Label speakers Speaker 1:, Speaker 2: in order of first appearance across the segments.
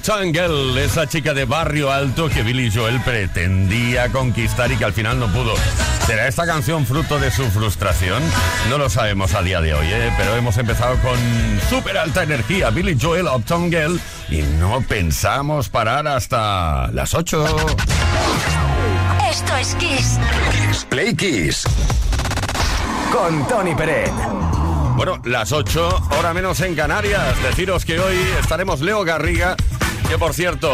Speaker 1: Uptown Girl, esa chica de barrio alto que Billy Joel pretendía conquistar y que al final no pudo. ¿Será esta canción fruto de su frustración? No lo sabemos a día de hoy, pero hemos empezado con súper alta energía. Billy Joel, Uptown Girl, y no pensamos parar hasta las 8.
Speaker 2: Esto es Kiss.
Speaker 3: Play Kiss con Tony Peret.
Speaker 1: Bueno, las 8, hora menos en Canarias. Deciros que hoy estaremos Leo Garriga, que por cierto,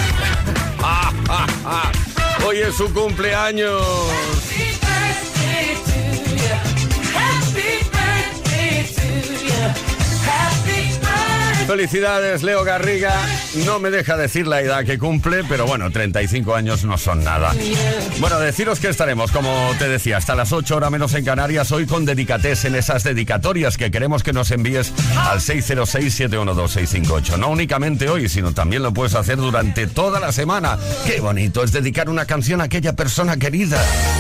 Speaker 1: hoy es su cumpleaños. Felicidades, Leo Garriga. No me deja decir la edad que cumple, pero bueno, 35 años no son nada. Bueno, deciros que estaremos, como te decía, hasta las 8, hora menos en Canarias, hoy con Dedicates, en esas dedicatorias que queremos que nos envíes al 606-712-658. No únicamente hoy, sino también lo puedes hacer durante toda la semana. Qué bonito es dedicar una canción a aquella persona querida.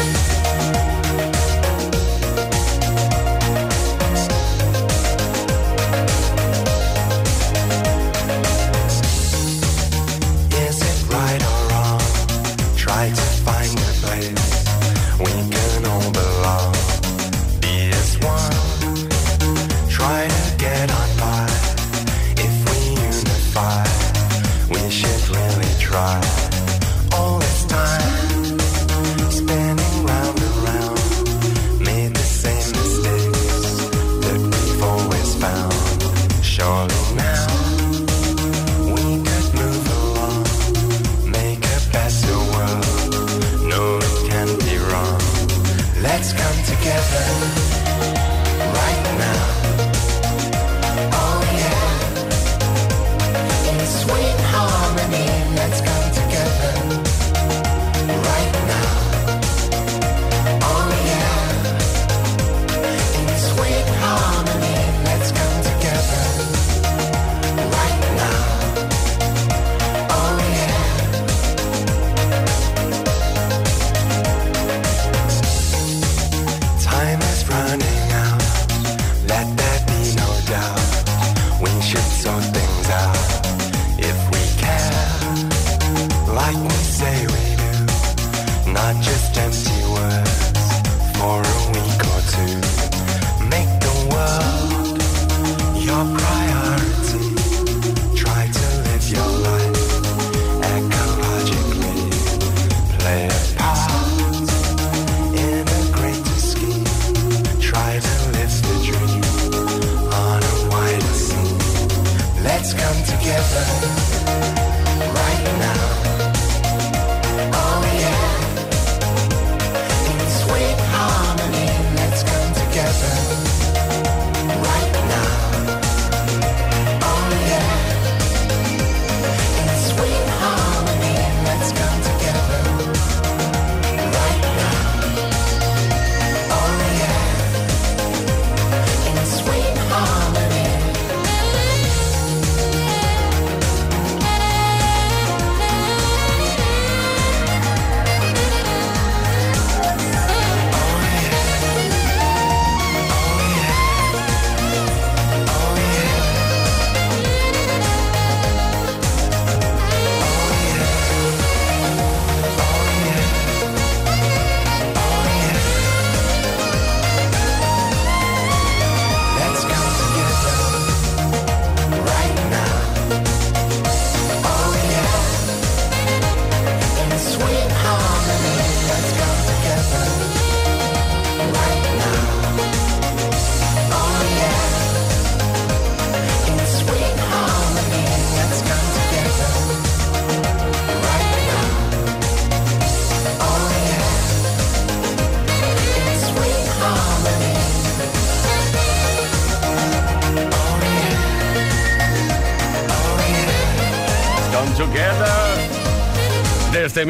Speaker 1: Desde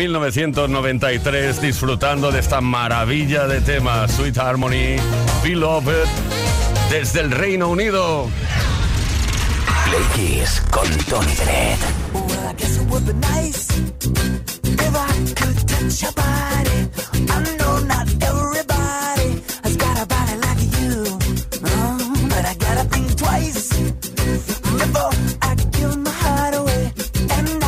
Speaker 1: 1993, disfrutando de esta maravilla de temas, Sweet Harmony, Beloved, desde el Reino Unido.
Speaker 3: Play Kiss con Tony Peret.
Speaker 4: Well, I guess it would be nice if I could touch your body. I know not everybody has got a body like you, but I gotta think twice before I give my heart away. And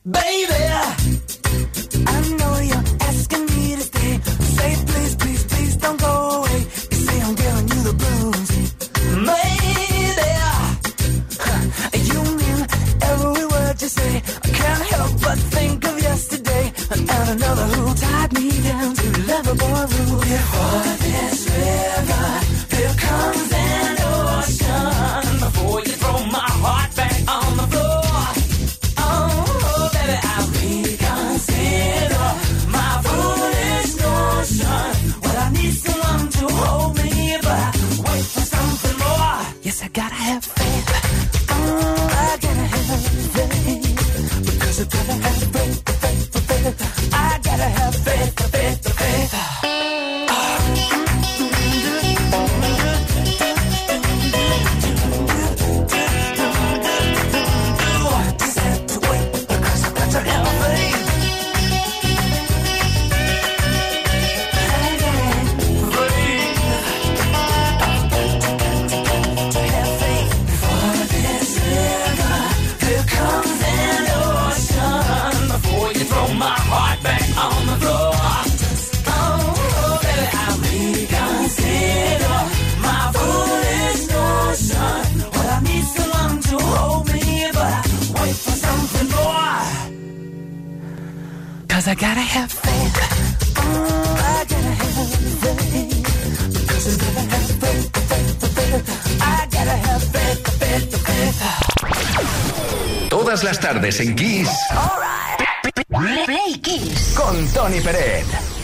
Speaker 4: Baby, I know you're asking me to stay. Say please, please, please don't go away. You say I'm giving you the blues. Maybe you mean every word you say. I can't help but think of yesterday and another who tied me down to Loverboy Rule. Before this river, here comes an ocean. Before you throw my heart back on the floor. Oh, baby, I reconsider my foolish notion. Well, I need someone to hold me, but I wait for something more. Yes, I gotta have faith. I gotta have faith. Because I gotta have faith, faith, faith. I gotta have faith, faith, faith. Just have to wait because I got to have faith. My heart back on the floor. Oh, baby, I reconsider my foolish notion. Well, I need someone to hold me, but I wait for something more. 'Cause I gotta have faith. I gotta have faith. Because I gotta have faith, faith, faith. I gotta have faith, faith, faith.
Speaker 3: Todas las tardes en Kiss.
Speaker 4: All right.
Speaker 3: Play Kiss con Tony Pérez.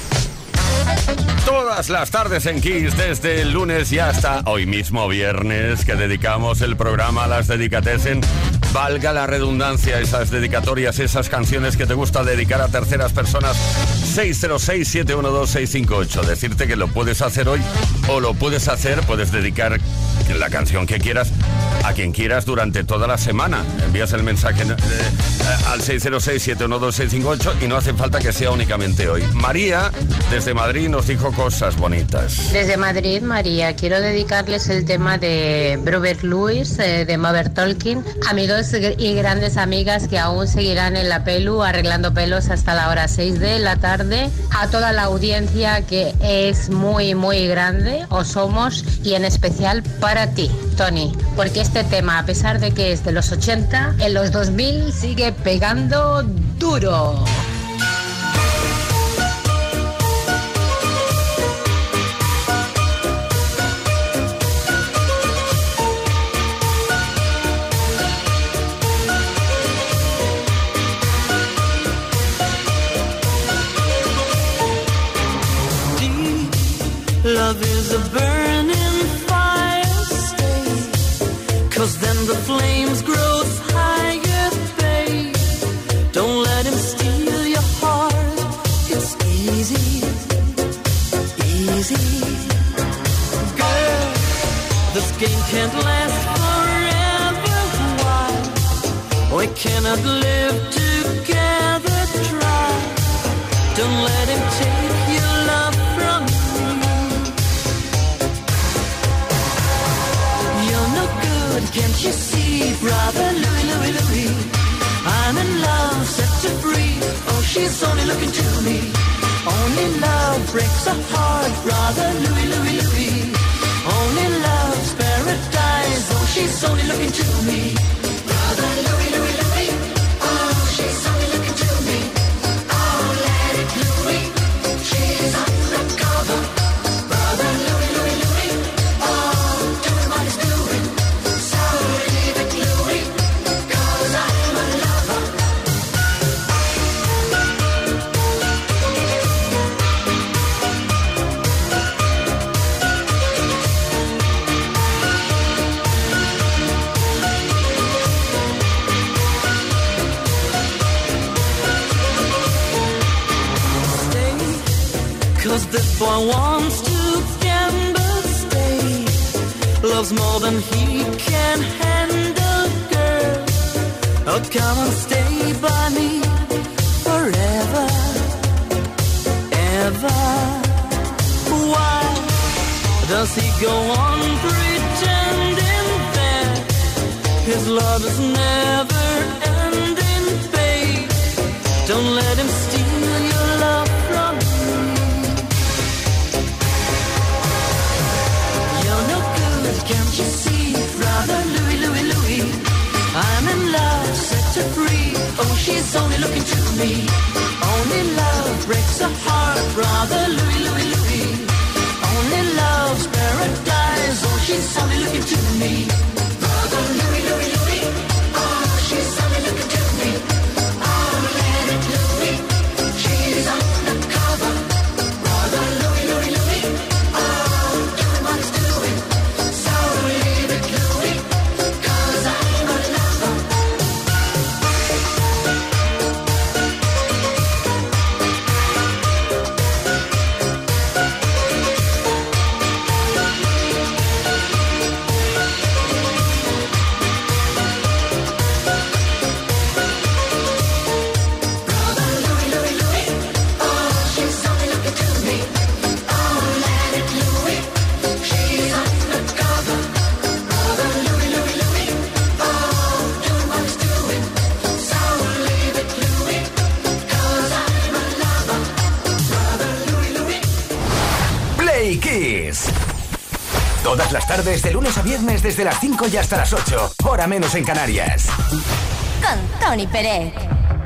Speaker 1: Todas las tardes en Kiss, desde el lunes y hasta hoy mismo viernes, que dedicamos el programa a las dedicatessen. Valga la redundancia, esas dedicatorias, esas canciones que te gusta dedicar a terceras personas. 606-712-658. Decirte que lo puedes hacer hoy o lo puedes hacer, puedes dedicar la canción que quieras a quien quieras durante toda la semana. Envías el mensaje al 606-712-658 y no hace falta que sea únicamente hoy. María, desde Madrid, nos dijo cosas bonitas.
Speaker 2: Desde Madrid, María, quiero dedicarles el tema de Robert Louis, de Mother Talking, amigos y grandes amigas que aún seguirán en la Pelu arreglando pelos hasta la hora 6 de la tarde, a toda la audiencia que es muy, muy grande, o somos, y en especial para ti, Tony, porque este tema, a pesar de que es de los 80, en los 2000 sigue pegando duro.
Speaker 5: Love is a burning fire, stay, 'cause then the flames grow higher, babe. Don't let him steal your heart, it's easy, easy. Girl, this game can't last forever, why? We cannot live together, try. Don't let him take your love from you. Can't you see, brother Louis, Louis, Louis? I'm in love, set to free. Oh, she's only looking to me. Only love breaks a heart, brother Louis, Louis, Louis. Only love's paradise. Oh, she's only looking to me. Brother Louis, Louis, Louis. Oh, she's only looking to me. Oh, let it Louis. She's undercover. Brother Louis, Louis, Louis. Oh, doing what he's doing. Cause this boy wants to gamble, stay. Loves more than he can handle, girl. Oh, come and stay by me forever, ever. Why does he go on pretending that his love is never ending, babe? Don't let him steal your love from me. You're no good, can't you see? Brother Louie, Louie, Louie, I'm in love, set her free. Oh, she's only looking to me. Only love breaks a heart. Brother Louie, Louie, Louie, only love's paradise. Oh, she's only looking to me. Brother Louie, Louie, Louie, oh, she's only looking to me. Oh, let it Louie, she's undercover. Brother Louie, Louie, Louie, oh, doing what it's doing. So leave it Louie, 'cause I'm a lover.
Speaker 3: Play Kiss. Todas las tardes, de lunes a viernes, desde las 5 y hasta las 8. Hora menos en Canarias.
Speaker 6: Con Tony Pérez.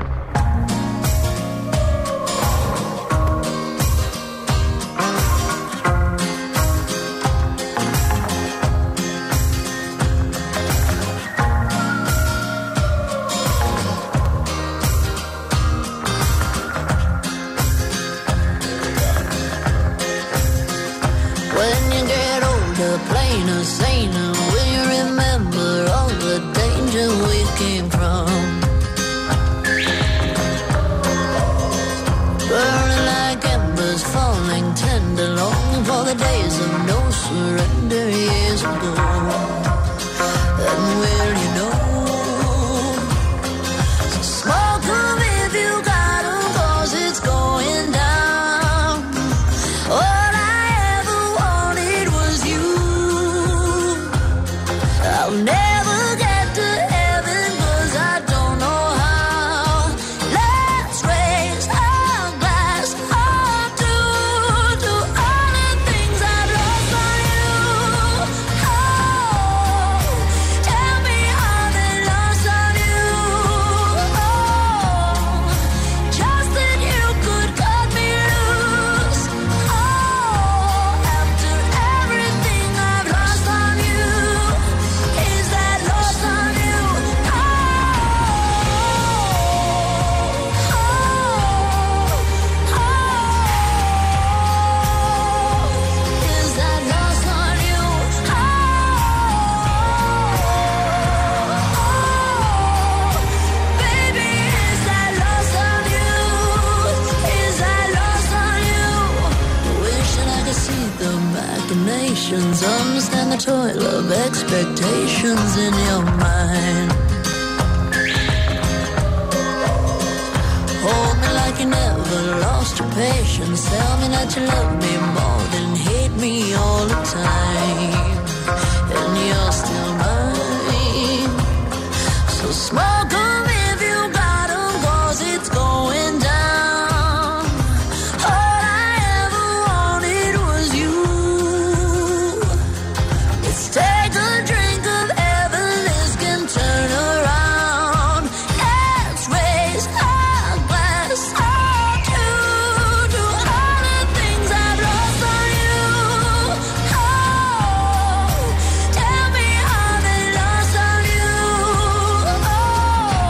Speaker 5: When you get older, plainer, saner, will you remember all the danger we came from? Burning like embers, falling tender, longing for the days of no surrender years ago. And will you know? So smoke 'em if you got 'em, 'cause it's going down. All I ever wanted was you. I'll never get to heaven 'cause I don't know how. Let's raise our glass up to all the things I've lost on you. Oh, tell me how they lost on you. Oh, just that you could cut me loose. Oh, after everything I've lost on you, is that lost on you? Oh, is that lost on you? Baby, is that lost on you? Is that lost on you? Wishing I could see the machinations, understand the toil of expectations in your mind. Hold me like you never lost your patience. Tell me that you love me more than hate me all the time. And you're still mine. So smoke 'em if you got 'em, 'cause it's going down. All I ever wanted was you. Let's take a drink of heaven, this can turn around. Let's raise our glass up to all the things I've lost on you. Oh, tell me how they lost on you. Oh,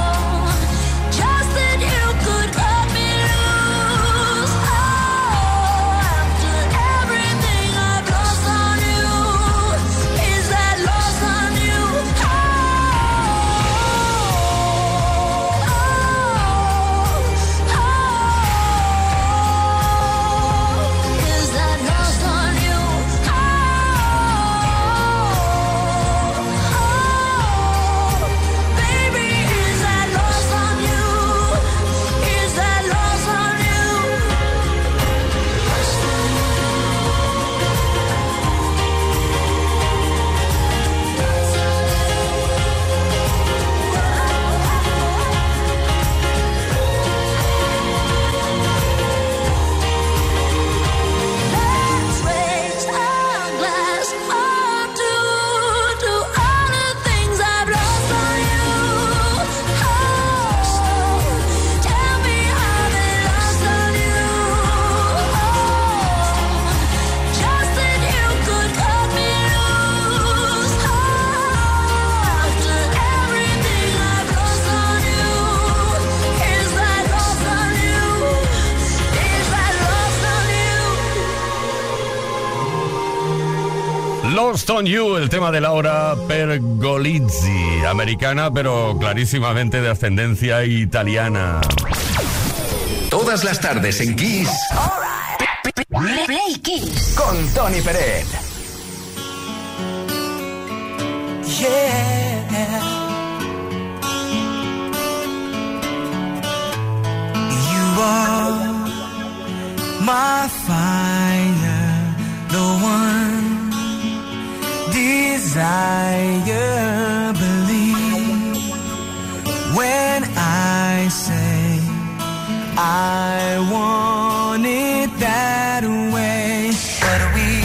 Speaker 1: Lost on You, el tema de Laura Pergolizzi, americana pero clarísimamente de ascendencia italiana.
Speaker 3: Todas las tardes en Kiss.
Speaker 6: Play Kiss.
Speaker 3: Con Tony Pérez.
Speaker 4: Yeah. You are my fire, the one desire. Believe when I say I want it that way. But we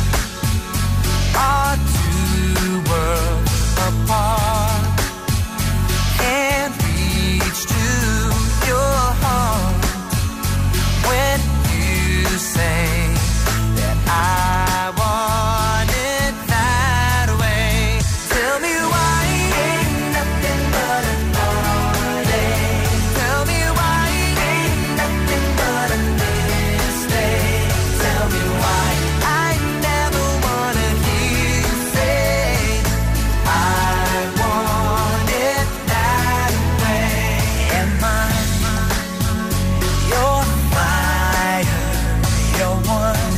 Speaker 4: are two worlds apart. Can't reach to your heart when you say that I want it that way. Tell me why ain't nothing but a heartache. Tell me why ain't nothing but a mistake. Tell me why I never wanna hear you say I want it that way. Am I your fire, your one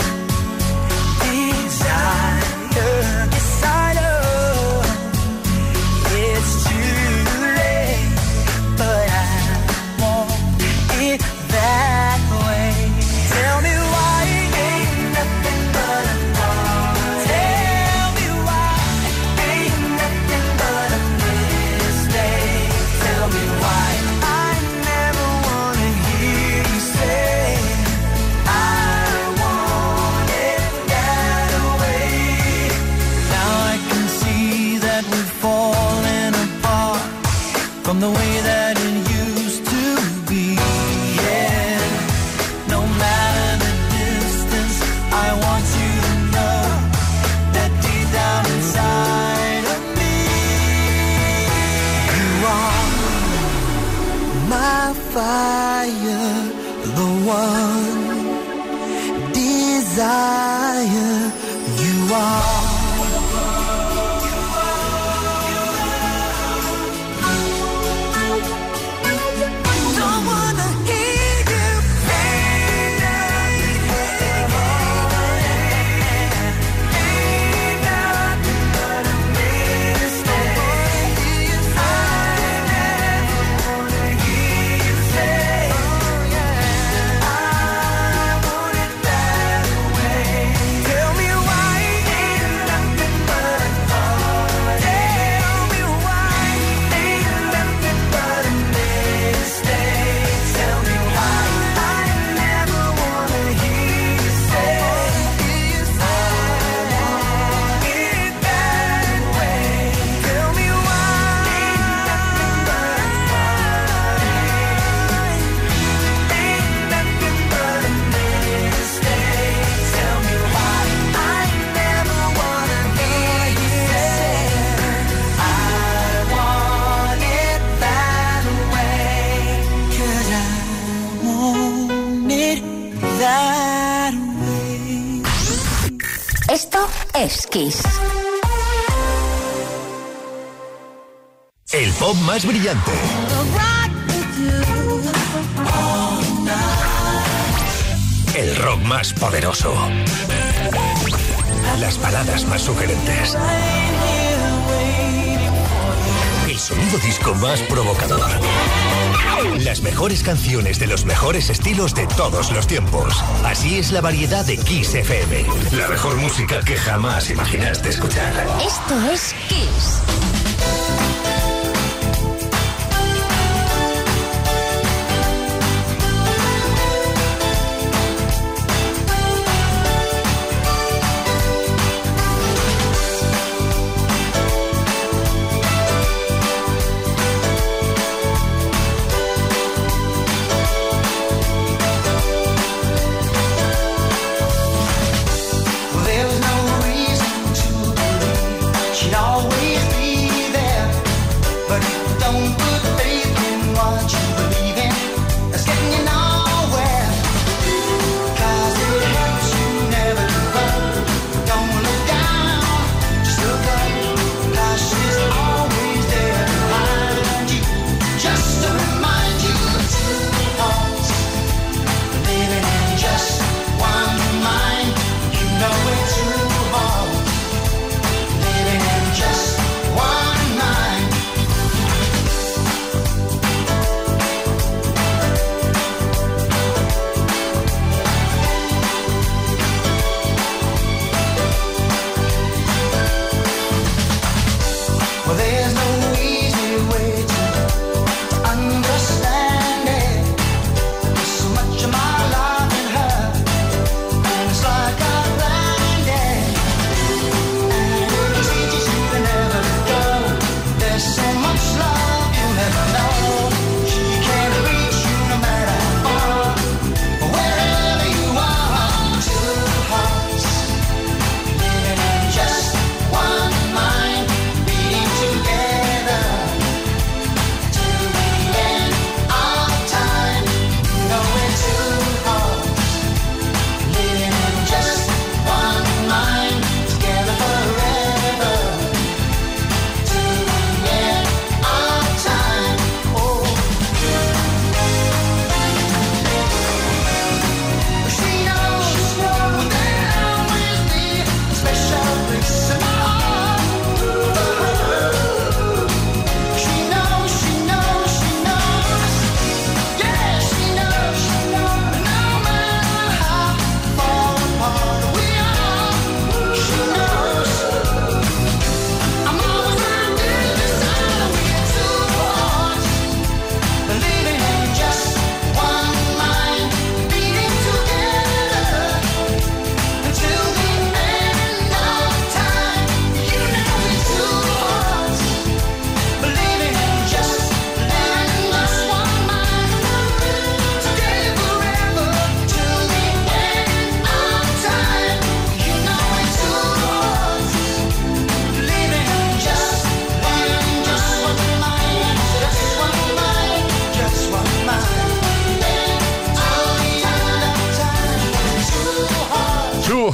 Speaker 4: desire? Yes, I know it's too late, but I want it that way. Tell me why ain't nothing but a heart. Tell me why ain't nothing but a mistake. Tell me why I never wanna hear you say I want it that way. Now I can see that we've fallen apart from the way that it used to be. Yeah, no matter the distance, I want you to know that deep down inside of me, you are my fire, the one desire. You are. Don't wanna hear you say ain't nothing but a mistake. I never wanna hear you say I want it that way. Tell me why ain't nothing but a heart. Tell me why ain't nothing but a mistake. Tell me why I never wanna hear you say I want it that way. Tell me why ain't nothing but a heart. Ain't nothing but a mistake. Tell me why I never wanna hear you say I want it that way. 'Cause I want it that way.
Speaker 6: Esto es Kiss.
Speaker 3: El pop más brillante. El rock más poderoso. Las baladas más sugerentes. El sonido disco más provocador. Las mejores canciones de los mejores estilos de todos los tiempos. Así es la variedad de Kiss FM. La mejor música que jamás imaginaste escuchar.
Speaker 6: Esto es Kiss.
Speaker 4: There's no reason to believe she'd always be there.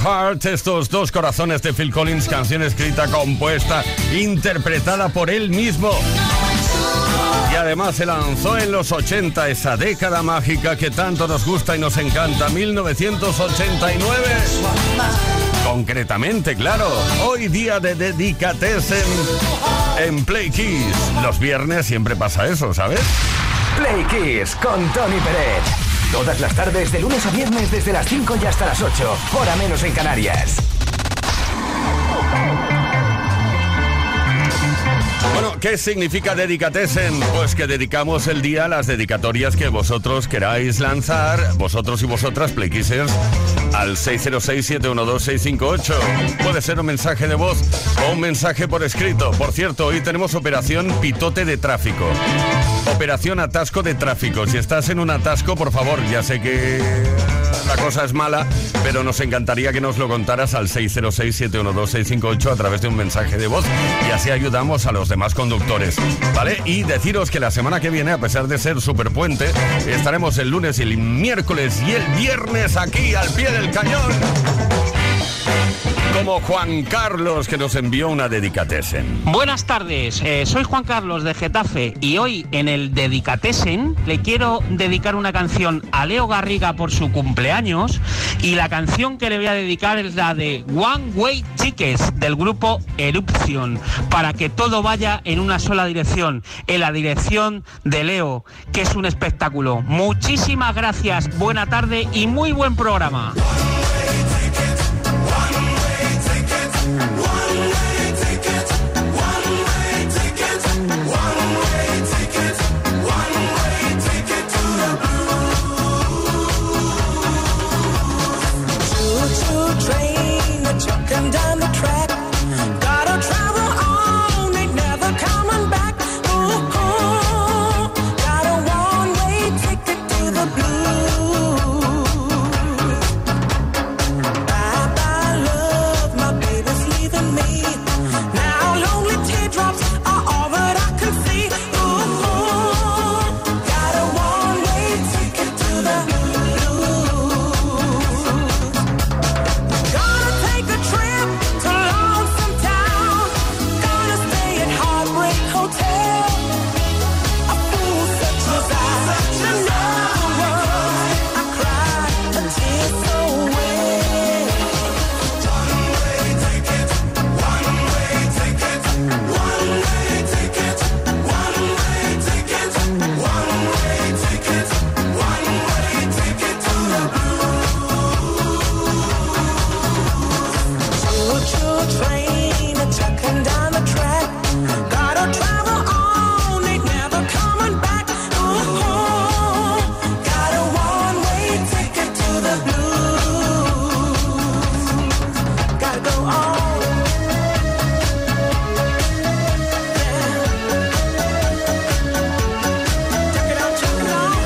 Speaker 1: Heart, estos dos corazones de Phil Collins, canción escrita, compuesta, interpretada por él mismo. Y además se lanzó en los 80, esa década mágica que tanto nos gusta y nos encanta, 1989. Concretamente, claro, hoy día de Dedicatesen en Play Kiss. Los viernes siempre pasa eso, ¿sabes?
Speaker 3: Play Kiss con Tony Pérez. Todas las tardes, de lunes a viernes, desde las 5 y hasta las 8, hora menos en Canarias.
Speaker 1: Bueno, ¿qué significa Dedicatesen? Pues que dedicamos el día a las dedicatorias que vosotros queráis lanzar, vosotros y vosotras, Play Kissers, al 606-712-658. Puede ser un mensaje de voz o un mensaje por escrito. Por cierto, hoy tenemos operación Pitote de Tráfico. Operación Atasco de Tráfico. Si estás en un atasco, por favor, ya sé que la cosa es mala, pero nos encantaría que nos lo contaras al 606-712-658 a través de un mensaje de voz y así ayudamos a los demás conductores, ¿vale? Y deciros que la semana que viene, a pesar de ser superpuente, estaremos el lunes y el miércoles y el viernes aquí al pie del cañón, como Juan Carlos, que nos envió una Dedicatesen.
Speaker 7: Buenas tardes, soy Juan Carlos de Getafe y hoy en el Dedicatesen le quiero dedicar una canción a Leo Garriga por su cumpleaños, y la canción que le voy a dedicar es la de One Way Tickets del grupo Eruption, para que todo vaya en una sola dirección, en la dirección de Leo, que es un espectáculo. Muchísimas gracias, buena tarde y muy buen programa.
Speaker 4: Chucking down the track, gotta travel on, ain't never coming back. Ooh, got a one-way ticket to the blues. Bye-bye love, my baby's leaving me. Now lonely teardrops are all that I can see. Ooh, got a one-way ticket to the blues. Gonna take a trip to Lonesome Town. Gonna stay at Heartbreak Hotel. A fool such as I never was. I cried a tear so wet. One-way ticket, one-way ticket, one-way ticket, one-way ticket, one-way ticket, one-way ticket to the choo-choo train, chucking down the track. Gotta travel on, ain't never coming back. Ooh, got a one-way ticket to the blues. Gotta go on. Check it out, check it out.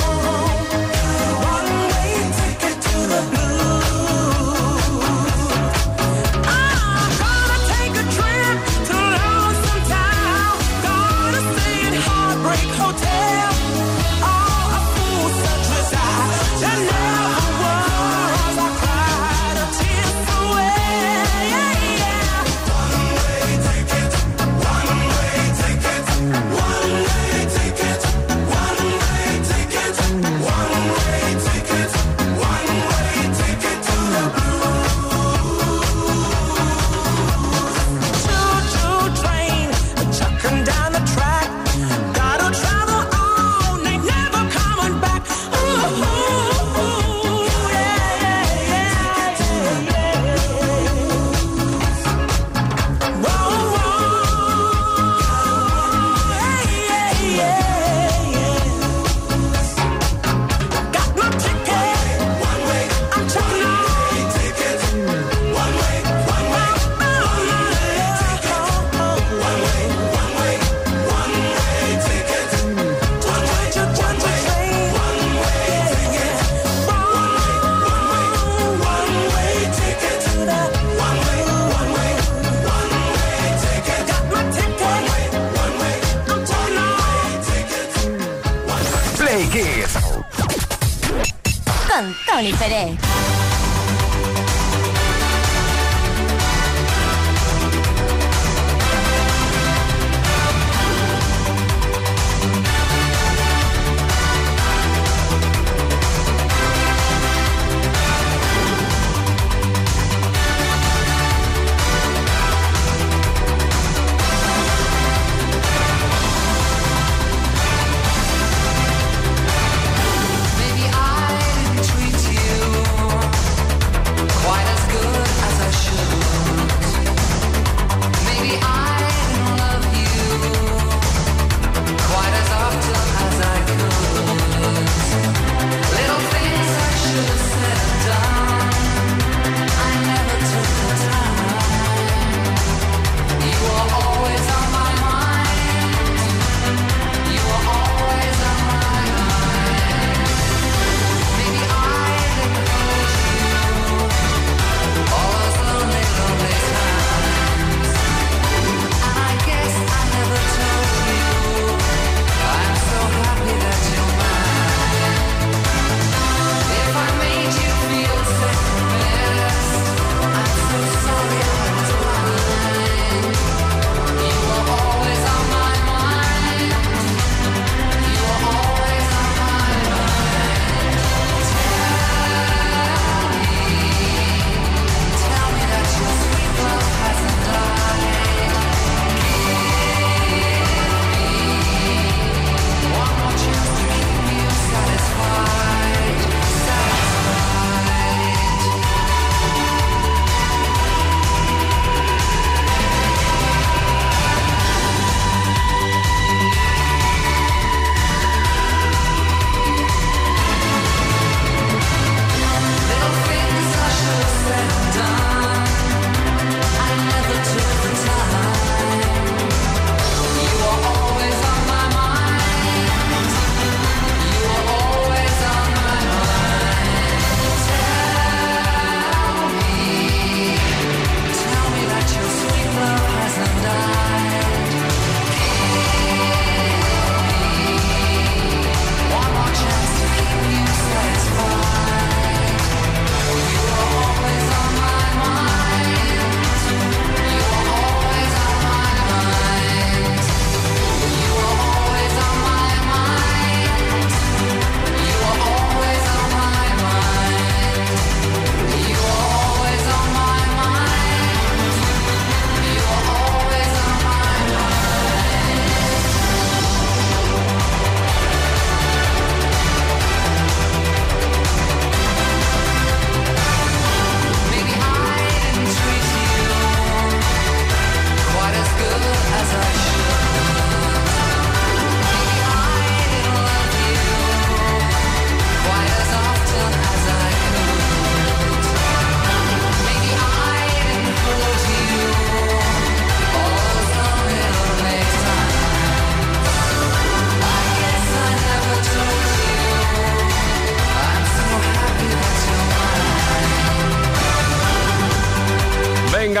Speaker 4: One-way ticket to the blues. Gonna take a trip to Lonesome Town. Gonna stay at Heartbreak Hotel. Oh, a fool such as I never was. I cried a tear so wet. One-way ticket, one-way ticket, one-way ticket, one-way ticket, one-way ticket, one-way ticket to the choo-choo train, chucking down the track. Gotta travel on, ain't never coming back. Ooh, yeah. Whoa, yeah. Got my ticket, one way. I'm checking out. Ticket, one way, one way. One-way ticket, one-way, one-way, one-way ticket, one-way ticket, one-way, one-way, one-way ticket. Got my ticket, one-way, I'm turning on ticket.
Speaker 3: Play Kiss.
Speaker 6: Con Tony Pérez.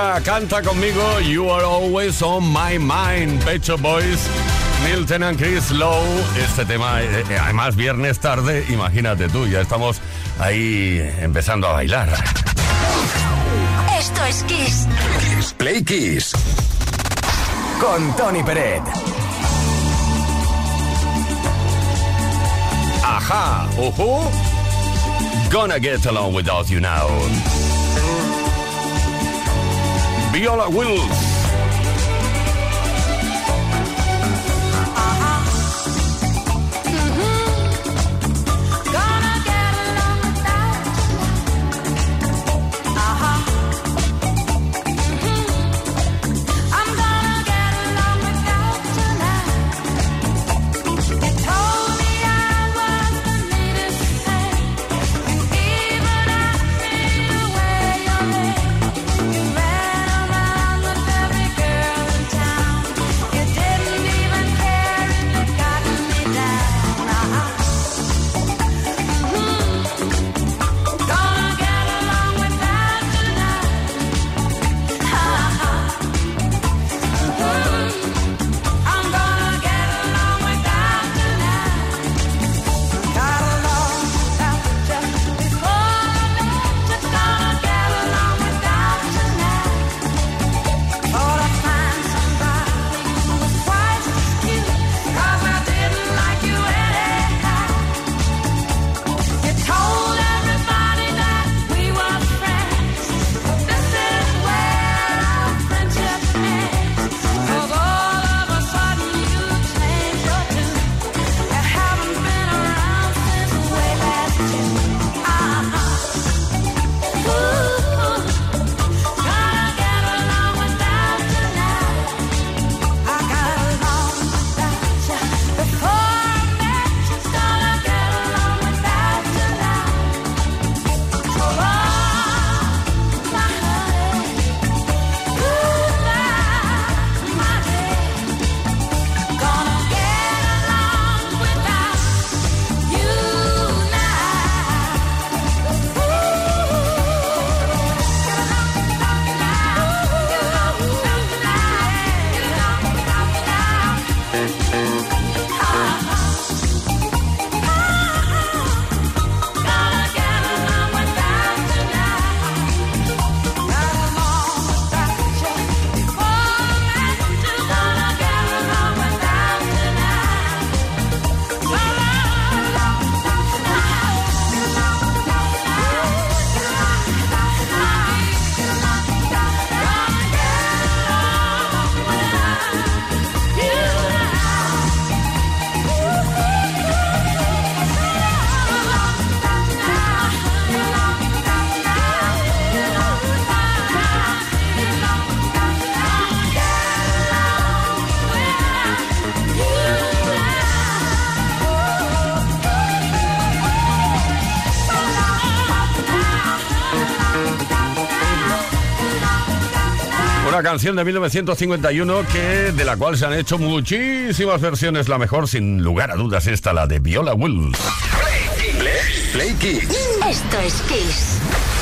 Speaker 1: Venga, canta conmigo. You are always on my mind. Pet Shop Boys, Milton and Chris Lowe. Este tema, además, viernes tarde. Imagínate tú, ya estamos ahí empezando a bailar.
Speaker 6: Esto es Kiss.
Speaker 3: Play Kiss. Con Tony Peret.
Speaker 1: Ajá, Gonna get along without you now. Viola Wills. Una canción de 1951 de la cual se han hecho muchísimas versiones. La mejor, sin lugar a dudas, esta, la de Viola Wills.
Speaker 3: Play Kiss.
Speaker 6: Esto es Kiss.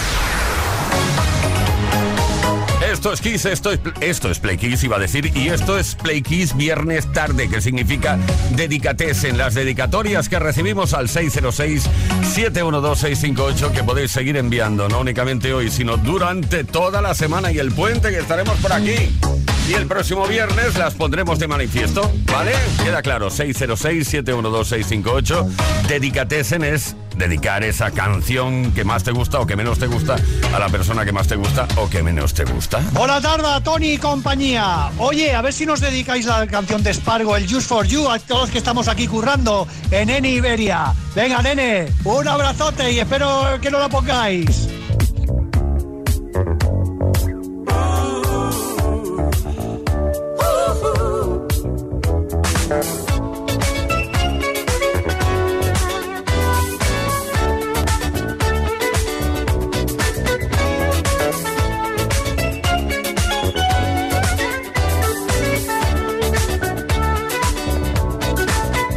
Speaker 1: Esto es Kiss, esto es Play Kiss, iba a decir, y esto es Play Kiss viernes tarde, que significa Dedicatesen, las dedicatorias que recibimos al 606-712-658, que podéis seguir enviando, no únicamente hoy, sino durante toda la semana y el puente, que estaremos por aquí. Y el próximo viernes las pondremos de manifiesto, ¿vale? Queda claro, 606-712-658. Dedicatesen es dedicar esa canción que más te gusta o que menos te gusta a la persona que más te gusta o que menos te gusta.
Speaker 8: Buena tarde, Tony y compañía. Oye, a ver si nos dedicáis la canción de Spargo, el Just For You, a todos los que estamos aquí currando en Eni Iberia. Venga, nene, un abrazote y espero que no la pongáis.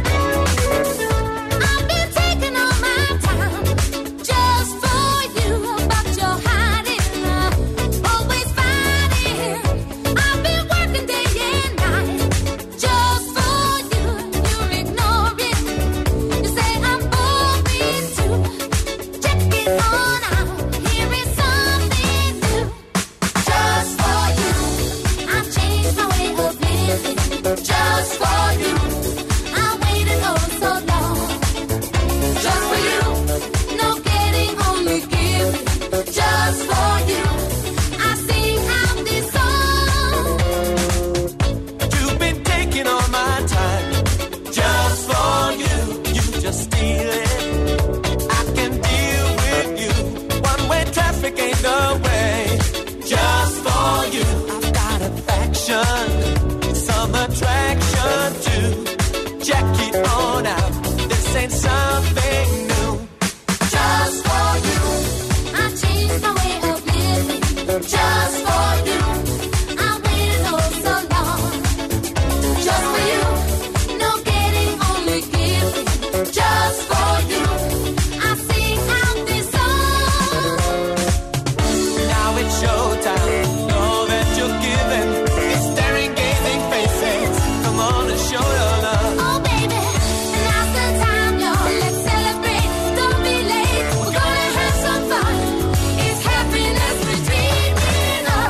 Speaker 9: I've been taking all my time just for you.
Speaker 5: something new. Just for you, I changed my way of living. Just for you, I waited oh so long. Just for you, no getting, only giving. Just for you, I sing out this song. Now it's showtime. All that you're giving is staring, gazing faces. Come on and show your love. Oh baby, now's the time, y'all. Let's celebrate. Don't be late. We're gonna have some fun. It's happiness we're dreaming of.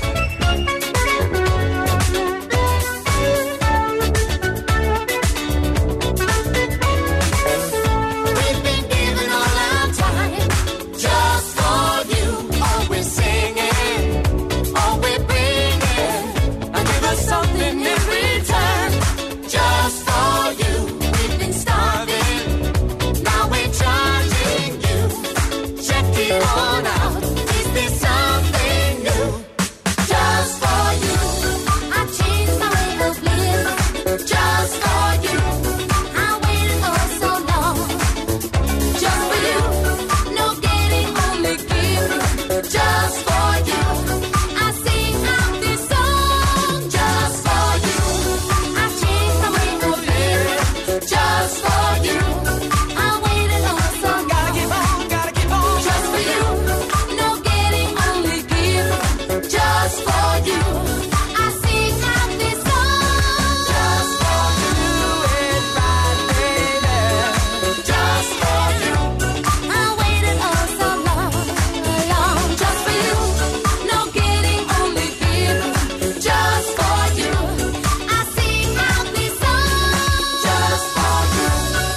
Speaker 5: We've been giving all our time just for you. All we're singing, all we're bringing. Give us something in return. Just for you, we've been starving. Now we're charging you. Check it on out. Is there something new? Just for you, I changed my way of living. Just for you, I waited oh so long. Just for you, no getting, only giving. Just for you, I sing out this song. Just for you, I changed my way of living. Just for you, I waited oh so long. Gotta keep on, gotta keep on. Just for you, no getting, only giving. Just for you, I sing out this song. Just for you, it's right, baby. Just for you, I waited oh so long, long. Just for you, no getting, only giving. Just for you, I sing out this song. Just for you,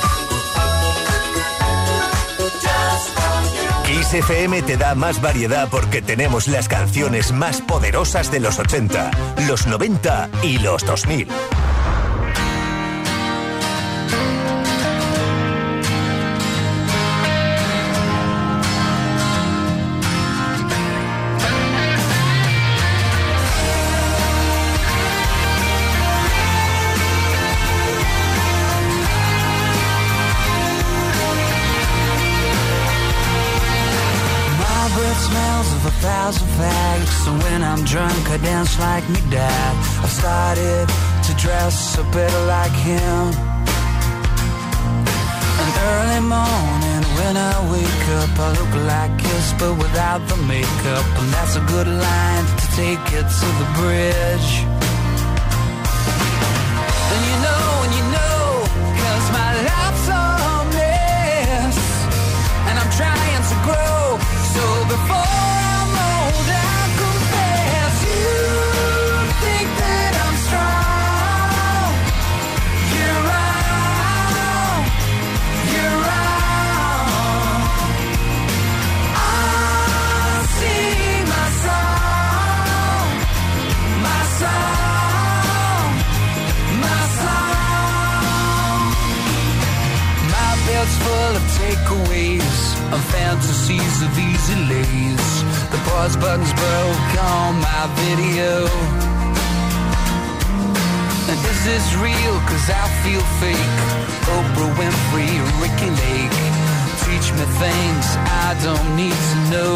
Speaker 5: just for you.
Speaker 3: Kiss FM te da más variedad porque tenemos las canciones más poderosas de los 80, los 90 y los 2000.
Speaker 5: My breath smells of 1,000 fags. So when I'm drunk, I dance like me dad. I've started to dress a bit like him. An early morning when I wake up, I look like Kiss but without the makeup. And that's a good line to take it to the bridge. And you know, 'cause my life's a mess. And I'm trying to grow, so before I'm old I confess. You think that I'm strong. You're wrong. You're wrong. I sing my song. My song. My song. My bed's full of takeaways and fantasies of easy lays. The pause button's broke on my video. And is this real? 'Cause I feel fake. Oprah Winfrey, Ricky Lake. Teach me things I don't need to know.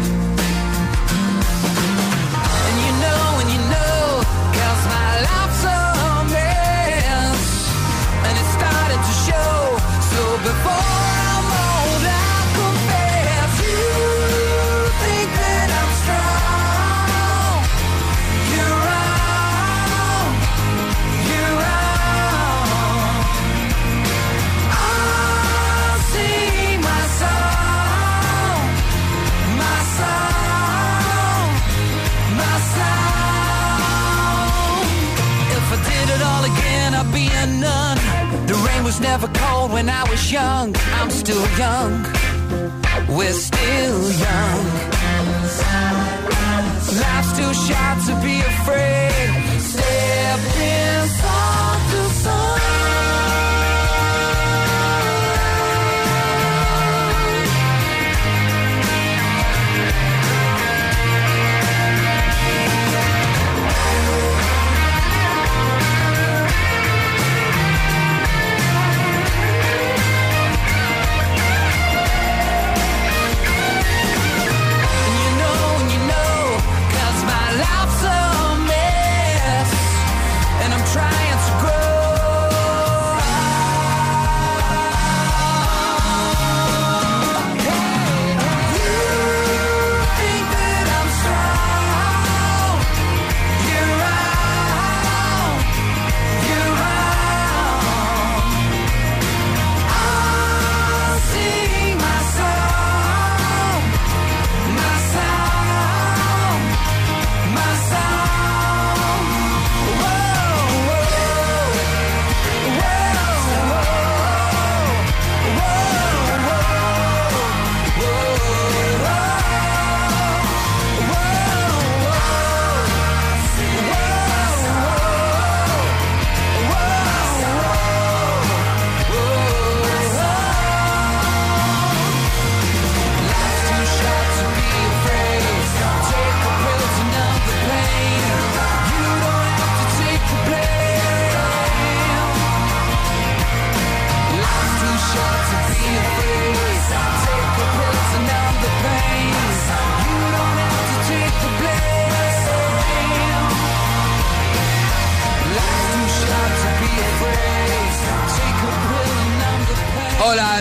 Speaker 5: And you know, 'cause my life's a mess. And it's starting to show. So before I'm old, I confess. You think that I'm strong. You're wrong. You're wrong. I sing my song. My song. My song. If I did it all again, I'd be a nun. The rain was never cold when I was young. I'm still young. We're still young. Life's too short to be afraid. Step inside the sun.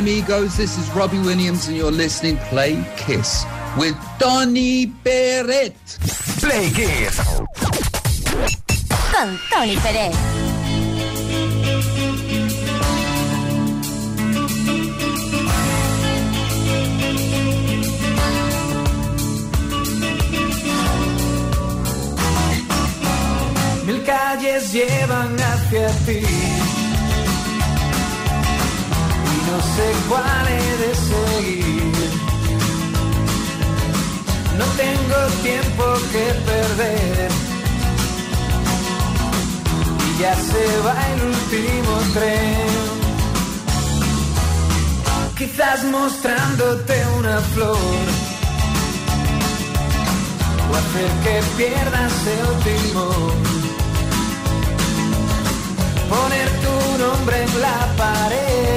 Speaker 9: amigos, this is Robbie Williams and you're listening Play Kiss with Tony Peret.
Speaker 3: Play Kiss
Speaker 6: con Tony Peret.
Speaker 5: Mil calles llevan hacia ti y no sé cuál he de seguir. No tengo tiempo que perder y ya se va el último tren. Quizás mostrándote una flor o hacer que pierdas el timón. Poner tu nombre en la pared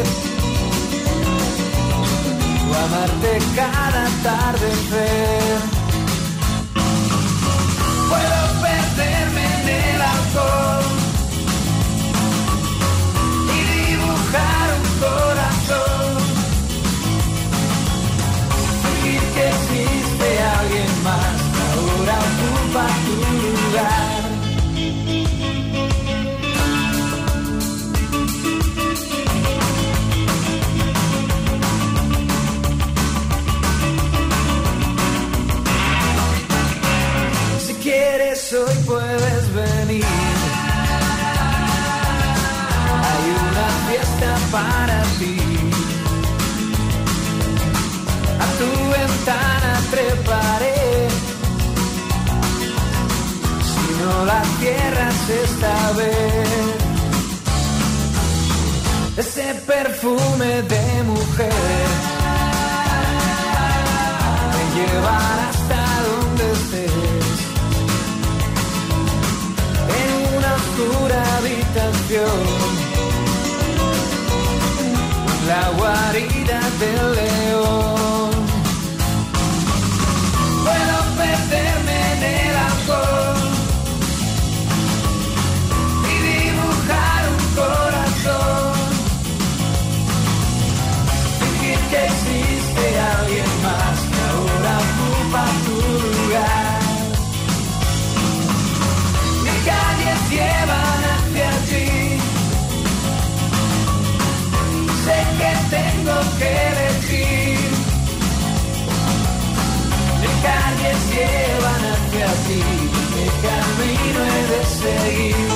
Speaker 5: o amarte cada atardecer. Puedo perderme en el alcohol y dibujar un corazón, fingir que existe alguien más que ahora ocupa tu lugar. Hoy puedes venir, hay una fiesta para ti. A tu ventana treparé, si no la cierras esta vez. Ese perfume de mujer me llevará hasta donde estés. Oscura habitación, la guarida del león. Puedo perderme en el alcohol y dibujar un corazón, fingir que existe alguien más que ahora ocupa tu lugar. Calles llevan hacia ti, sé que tengo que elegir. Mis calles llevan hacia ti, ¿qué camino he de seguir?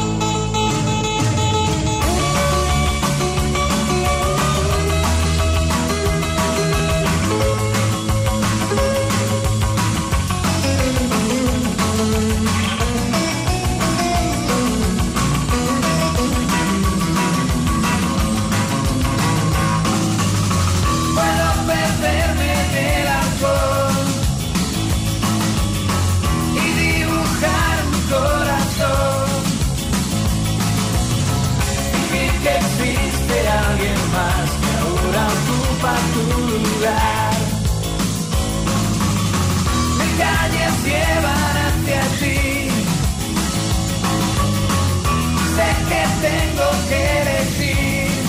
Speaker 5: Alguien más que ahora ocupa tu lugar. Mis calles llevan hacia ti, sé que tengo que elegir.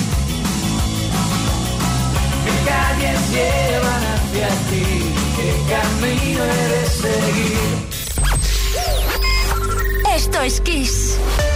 Speaker 5: Mis calles llevan hacia ti, ¿qué camino he de seguir?
Speaker 6: Esto es Kiss.